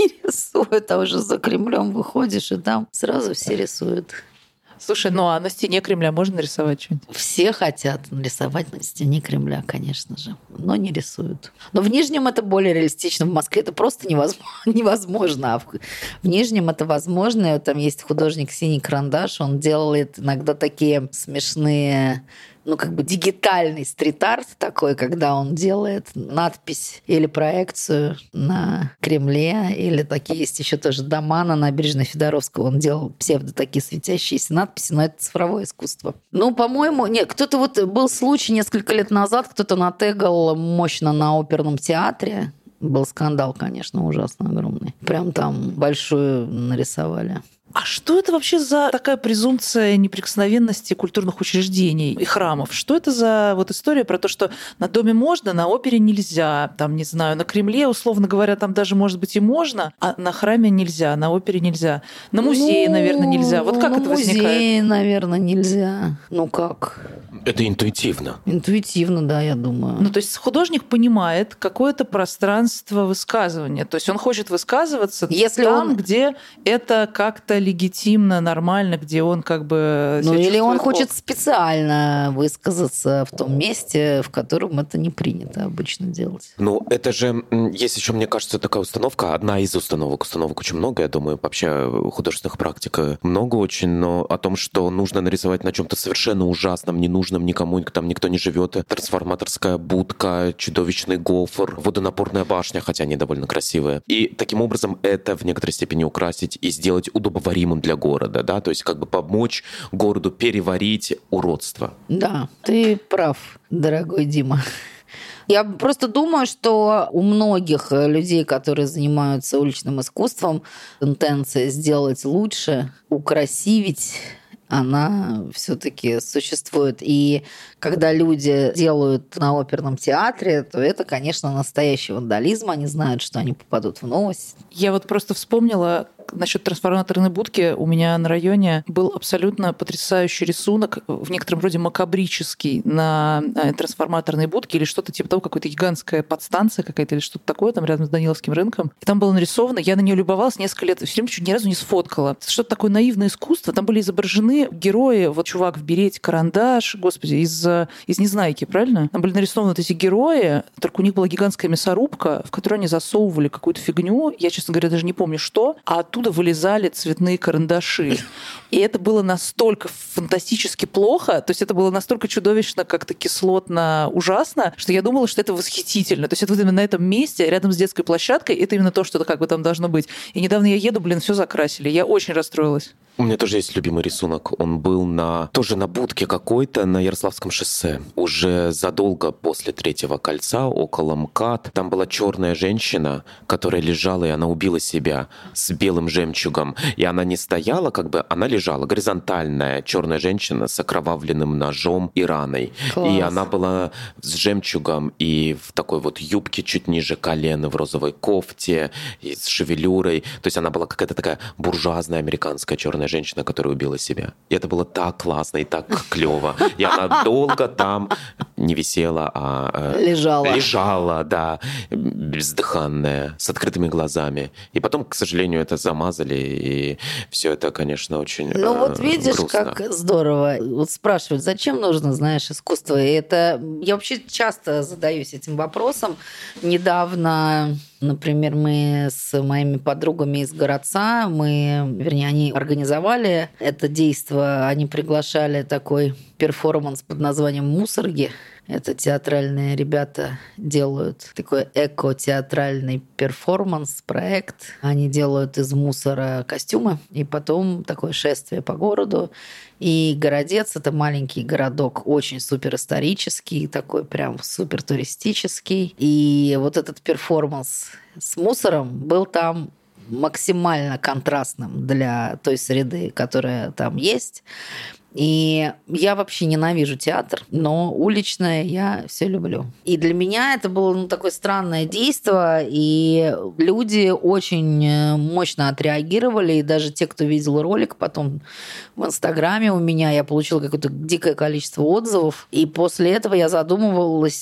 Speaker 1: а уже за Кремлем выходишь, и там сразу все рисуют.
Speaker 2: Слушай, ну а на стене Кремля можно нарисовать что-нибудь?
Speaker 1: Все хотят нарисовать на стене Кремля, конечно же, но не рисуют. Но в Нижнем это более реалистично, в Москве это просто невозможно. А в Нижнем это возможно. Там есть художник «Синий карандаш», он делает иногда такие смешные, ну, как бы дигитальный стрит-арт такой, когда он делает надпись или проекцию на Кремле, или такие есть еще тоже дома на набережной Федоровского. Он делал псевдо такие светящиеся надписи, но это цифровое искусство. Ну, по-моему, нет, кто-то вот был случай несколько лет назад, кто-то натегал мощно на оперном театре. Был скандал, конечно, ужасно огромный. Прям там большую нарисовали.
Speaker 2: А что это вообще за такая презумпция неприкосновенности культурных учреждений и храмов? Что это за вот история про то, что на доме можно, на опере нельзя, там, не знаю, на Кремле, условно говоря, там даже, может быть, и можно, а на храме нельзя, на опере нельзя, на музее, наверное, нельзя. Вот как это возникает?
Speaker 1: На музее, наверное, нельзя. Ну как?
Speaker 5: Это интуитивно.
Speaker 1: Интуитивно, да, я думаю.
Speaker 2: Ну, то есть художник понимает какое-то пространство высказывания. То есть он хочет высказываться там, где это как-то легитимно, нормально, где он как бы...
Speaker 1: Ну, или он хочет специально высказаться в том месте, в котором это не принято обычно делать.
Speaker 5: Ну, это же... Есть еще, мне кажется, такая установка, одна из установок. Установок очень много, я думаю, вообще художественных практик много очень, но о том, что нужно нарисовать на чем-то совершенно ужасном, ненужном никому, там никто не живет. Трансформаторская будка, чудовищный гофр, водонапорная башня, хотя они довольно красивые. И таким образом это в некоторой степени украсить и сделать удобоваримым для города, да, то есть как бы помочь городу переварить уродство.
Speaker 1: Да, ты прав, дорогой Дима. Я просто думаю, что у многих людей, которые занимаются уличным искусством, интенция сделать лучше, украсивить, она все-таки существует. И когда люди делают на оперном театре, то это, конечно, настоящий вандализм. Они знают, что они попадут в новость.
Speaker 2: Я вот просто вспомнила насчет трансформаторной будки. У меня на районе был абсолютно потрясающий рисунок, в некотором роде макабрический, на трансформаторной будке или что-то типа того, какая-то гигантская подстанция какая-то или что-то такое, там рядом с Даниловским рынком. И там было нарисовано, я на нее любовалась несколько лет, все время чуть ни разу не сфоткала. Что-то такое наивное искусство. Там были изображены герои, вот чувак в берете, карандаш, господи, из «Незнайки», правильно? Там были нарисованы вот эти герои, только у них была гигантская мясорубка, в которую они засовывали какую-то фигню, я, честно говоря, даже не помню что, а оттуда вылезали цветные карандаши. И это было настолько фантастически плохо, то есть это было настолько чудовищно, как-то кислотно, ужасно, что я думала, что это восхитительно. То есть это вот именно на этом месте, рядом с детской площадкой, это именно то, что как бы там должно быть. И недавно я еду, все закрасили. Я очень расстроилась.
Speaker 5: У меня тоже есть любимый рисунок. Он был тоже на будке какой-то на Ярославском шоссе. Уже задолго после Третьего кольца, около МКАД. Там была черная женщина, которая лежала, и она убила себя с белым жемчугом. И она не стояла, она лежала. Горизонтальная черная женщина с окровавленным ножом и раной.
Speaker 1: Класс.
Speaker 5: И она была с жемчугом и в такой вот юбке чуть ниже колена, в розовой кофте, и с шевелюрой. То есть она была какая-то такая буржуазная американская черная женщина, которая убила себя. И это было так классно и так клево. И она долго там не висела, а лежала, да, бездыханная, с открытыми глазами. И потом, к сожалению, это замазали, и все это, конечно, очень
Speaker 1: вот видишь,
Speaker 5: грустно.
Speaker 1: как здорово. Вот спрашивают, зачем нужно, знаешь, искусство? И это я вообще часто задаюсь этим вопросом. Недавно, например, мы с моими подругами из городца, они организовали это действо, они приглашали такой перформанс под названием «Мусорги». Это театральные ребята делают такой эко-театральный перформанс, проект. Они делают из мусора костюмы, и потом такое шествие по городу. И Городец — это маленький городок, очень суперисторический, такой прям супертуристический. И вот этот перформанс с мусором был там максимально контрастным для той среды, которая там есть. И я вообще ненавижу театр, но уличное я все люблю. И для меня это было такое странное действие, и люди очень мощно отреагировали, и даже те, кто видел ролик потом в Инстаграме у меня, я получила какое-то дикое количество отзывов, и после этого я задумалась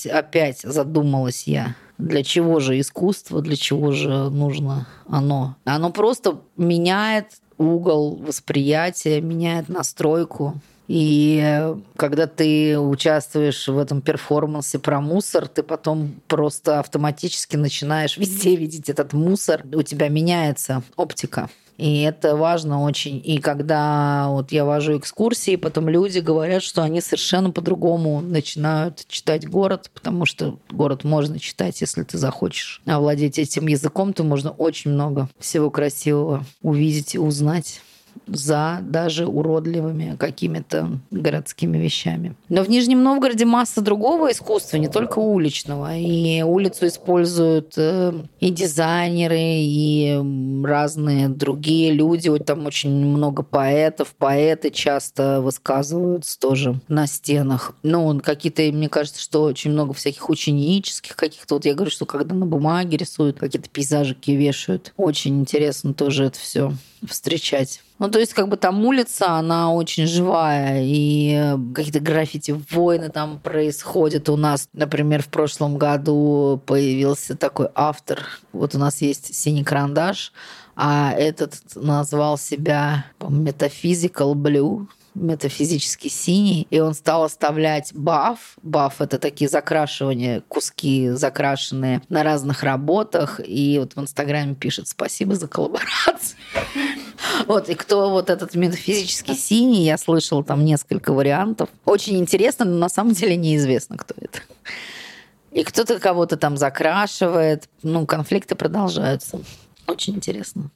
Speaker 1: я. Для чего же искусство, для чего же нужно оно? Оно просто меняет угол восприятия, меняет настройку. И когда ты участвуешь в этом перформансе про мусор, ты потом просто автоматически начинаешь везде видеть этот мусор. У тебя меняется оптика. И это важно очень. И когда вот я вожу экскурсии, потом люди говорят, что они совершенно по-другому начинают читать город, потому что город можно читать, если ты захочешь овладеть этим языком, то можно очень много всего красивого увидеть и узнать за даже уродливыми какими-то городскими вещами. Но в Нижнем Новгороде масса другого искусства, не только уличного. И улицу используют и дизайнеры, и разные другие люди. Вот там очень много поэтов. Поэты часто высказываются тоже на стенах. Какие-то, мне кажется, что очень много всяких ученических каких-то. Вот я говорю, что когда на бумаге рисуют, какие-то пейзажики вешают. Очень интересно тоже это все встречать. То есть, там улица, она очень живая, и какие-то граффити-войны там происходят у нас. Например, в прошлом году появился такой автор. Вот у нас есть «Синий карандаш», а этот назвал себя Metaphysical Blue, метафизически синий, и он стал оставлять баф. Баф — это такие закрашивания, куски закрашенные на разных работах, и вот в Инстаграме пишет «Спасибо за коллаборацию». И кто вот этот метафизически синий, я слышала там несколько вариантов. Очень интересно, но на самом деле неизвестно, кто это. И кто-то кого-то там закрашивает. Конфликты продолжаются. Очень интересно.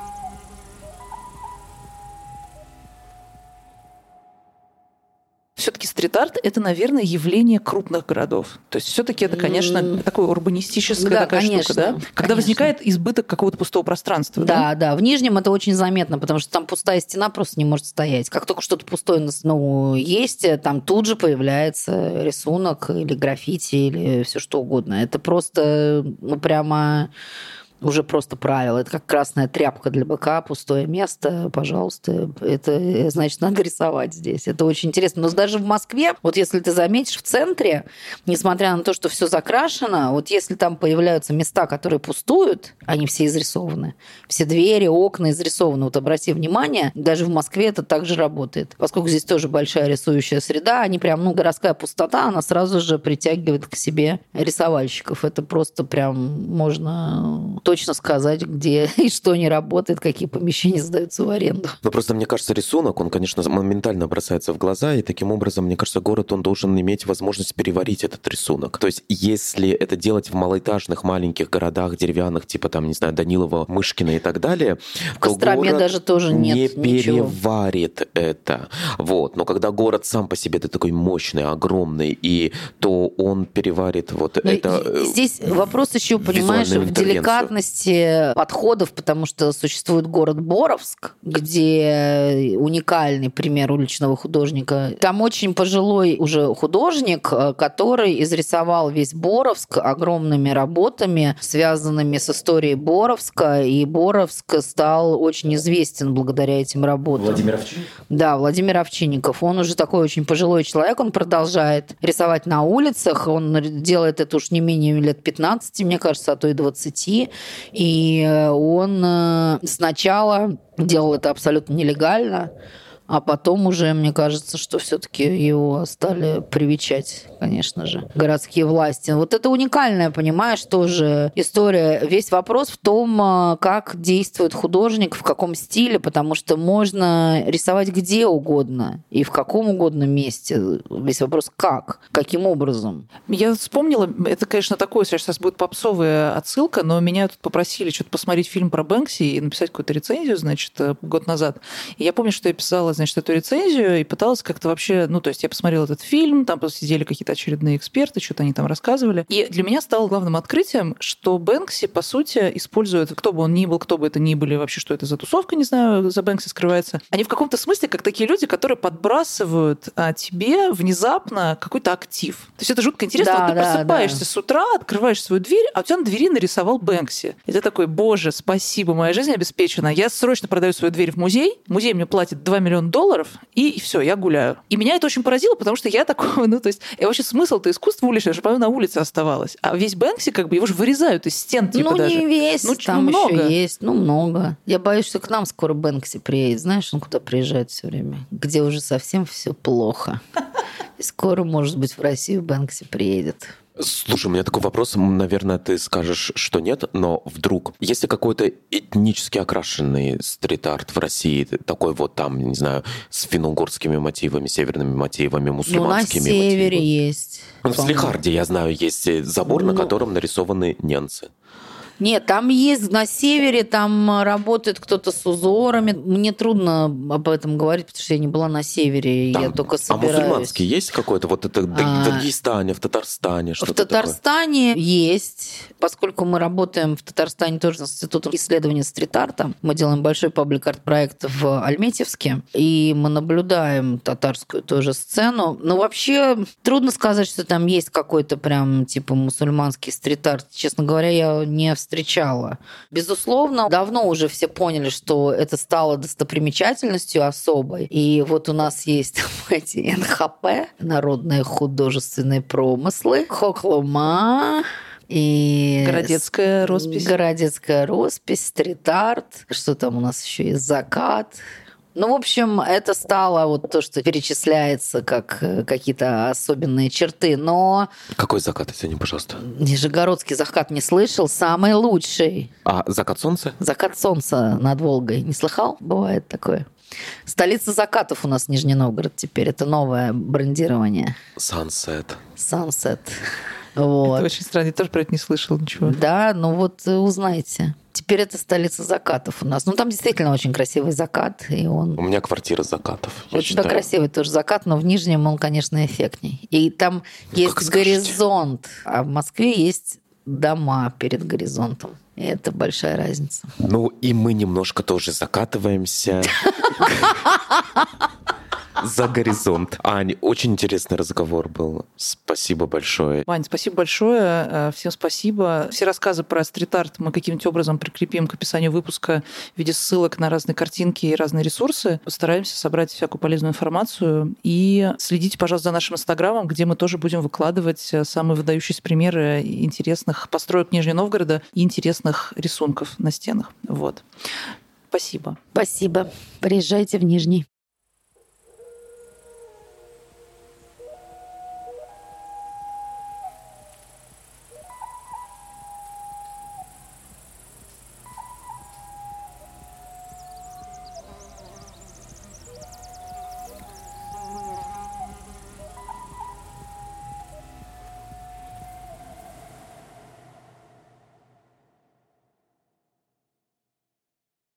Speaker 2: Все все-таки стрит-арт — это, наверное, явление крупных городов. То есть все-таки это, конечно, такое урбанистическая такая штука, да? Когда
Speaker 1: конечно.
Speaker 2: возникает избыток какого-то пустого пространства.
Speaker 1: Да. В Нижнем это очень заметно, потому что там пустая стена просто не может стоять. Как только что-то пустое есть, там тут же появляется рисунок или граффити, или все что угодно. Это просто, прямо... уже просто правило. Это как красная тряпка для быка, пустое место, пожалуйста. Это значит, надо рисовать здесь. Это очень интересно. Но даже в Москве, вот если ты заметишь, в центре, несмотря на то, что все закрашено, вот если там появляются места, которые пустуют, они все изрисованы. Все двери, окна изрисованы. Вот обрати внимание, даже в Москве это также работает. Поскольку здесь тоже большая рисующая среда, они прям, городская пустота, она сразу же притягивает к себе рисовальщиков. Это просто прям можно точно сказать, где и что не работает, какие помещения сдаются в аренду.
Speaker 5: Просто, мне кажется, рисунок, он, конечно, моментально бросается в глаза, и таким образом, мне кажется, город, он должен иметь возможность переварить этот рисунок. То есть, если это делать в малоэтажных маленьких городах деревянных, типа, там, не знаю, Данилова, Мышкина и так далее,
Speaker 1: в Костроме даже тоже нет
Speaker 5: не
Speaker 1: ничего.
Speaker 5: переварит это. Вот. Но когда город сам по себе такой мощный, огромный, и то он переварит вот это.
Speaker 1: Здесь вопрос еще, понимаешь, в деликатности подходов, потому что существует город Боровск, где уникальный пример уличного художника. Там очень пожилой уже художник, который изрисовал весь Боровск огромными работами, связанными с историей Боровска, и Боровск стал очень известен благодаря этим работам.
Speaker 5: Владимир Овчинников?
Speaker 1: Да, Владимир Овчинников. Он уже такой очень пожилой человек, он продолжает рисовать на улицах, он делает это уж не менее лет 15, мне кажется, а то и 20. И он сначала делал это абсолютно нелегально, а потом уже, мне кажется, что все-таки его стали привечать, конечно же, городские власти. Вот это уникальная, понимаешь, тоже история. Весь вопрос в том, как действует художник, в каком стиле, потому что можно рисовать где угодно и в каком угодно месте. Весь вопрос как, каким образом.
Speaker 2: Я вспомнила, это, конечно, такое, сейчас будет попсовая отсылка, но меня тут попросили что-то посмотреть фильм про Бэнкси и написать какую-то рецензию, значит, год назад. И я помню, что я писала, значит, эту рецензию и пыталась как-то вообще... то есть я посмотрела этот фильм, там просто сидели какие-то очередные эксперты, что-то они там рассказывали. И для меня стало главным открытием, что Бэнкси, по сути, использует, кто бы он ни был, кто бы это ни были, вообще, что это за тусовка, не знаю, за Бэнкси скрывается. Они в каком-то смысле как такие люди, которые подбрасывают тебе внезапно какой-то актив. То есть это жутко интересно.
Speaker 1: Да,
Speaker 2: вот ты просыпаешься с утра, открываешь свою дверь, а у тебя на двери нарисовал Бэнкси. И ты такой, боже, спасибо, моя жизнь обеспечена. Я срочно продаю свою дверь в музей. Музей мне платит $2 миллиона, и все, я гуляю. И меня это очень поразило, потому что я такой, то есть, вообще смысл-то искусства уличное, чтобы на улице оставалось. А весь Бэнкси, его же вырезают из стен, типа даже.
Speaker 1: Не весь, там
Speaker 2: много.
Speaker 1: еще есть, много. Я боюсь, что к нам скоро Бэнкси приедет. Знаешь, он куда приезжает все время? Где уже совсем все плохо. И скоро, может быть, в Россию Бэнкси приедет.
Speaker 5: Слушай, у меня такой вопрос, наверное, ты скажешь, что нет, но вдруг, если какой-то этнически окрашенный стрит-арт в России, такой вот там, не знаю, с финно-угорскими мотивами, северными мотивами, мусульманскими мотивами.
Speaker 1: На севере есть.
Speaker 5: В Салехарде, я знаю, есть забор, на котором нарисованы ненцы.
Speaker 1: Нет, там есть на севере, там работает кто-то с узорами. Мне трудно об этом говорить, потому что я не была на севере, там, я только собираюсь.
Speaker 5: А мусульманский есть какой-то? Вот это в Дагестане, в Татарстане, что-то
Speaker 1: В Татарстане такое? Есть. Поскольку мы работаем в Татарстане тоже с Институтом исследования стрит-арта, мы делаем большой паблик-арт-проект в Альметьевске, и мы наблюдаем татарскую тоже сцену. Но вообще трудно сказать, что там есть какой-то прям типа мусульманский стрит-арт. Честно говоря, я не встречала. Безусловно, давно уже все поняли, что это стало достопримечательностью особой. И вот у нас есть эти НХП, народные художественные промыслы, Хохлома, и
Speaker 2: городецкая роспись.
Speaker 1: Городецкая роспись, стрит-арт. Что там у нас еще есть? Закат. В общем, это стало вот то, что перечисляется как какие-то особенные черты, но...
Speaker 5: Какой закат, извини, пожалуйста?
Speaker 1: Нижегородский закат не слышал, самый лучший.
Speaker 5: А закат солнца?
Speaker 1: Закат солнца над Волгой. Не слыхал? Бывает такое. Столица закатов у нас Нижний Новгород теперь. Это новое брендирование.
Speaker 5: Sunset.
Speaker 1: Sunset. Вот.
Speaker 2: Это очень странно, я тоже про это не слышала ничего.
Speaker 1: Да, узнаете. теперь это столица закатов у нас. Ну, там действительно очень красивый закат. И он...
Speaker 5: У меня квартира закатов.
Speaker 1: У тебя красивый тоже закат, но в Нижнем он, конечно, эффектней. И там есть горизонт, а в Москве есть дома перед горизонтом. И это большая разница.
Speaker 5: Ну, и мы немножко тоже закатываемся за горизонт. Ань, очень интересный разговор был. Спасибо большое.
Speaker 2: Вань, спасибо большое. Всем спасибо. Все рассказы про стрит-арт мы каким-нибудь образом прикрепим к описанию выпуска в виде ссылок на разные картинки и разные ресурсы. Постараемся собрать всякую полезную информацию. И следите, пожалуйста, за нашим инстаграмом, где мы тоже будем выкладывать самые выдающиеся примеры интересных построек Нижнего Новгорода и интересных рисунков на стенах. Вот. Спасибо.
Speaker 1: Спасибо. Приезжайте в Нижний.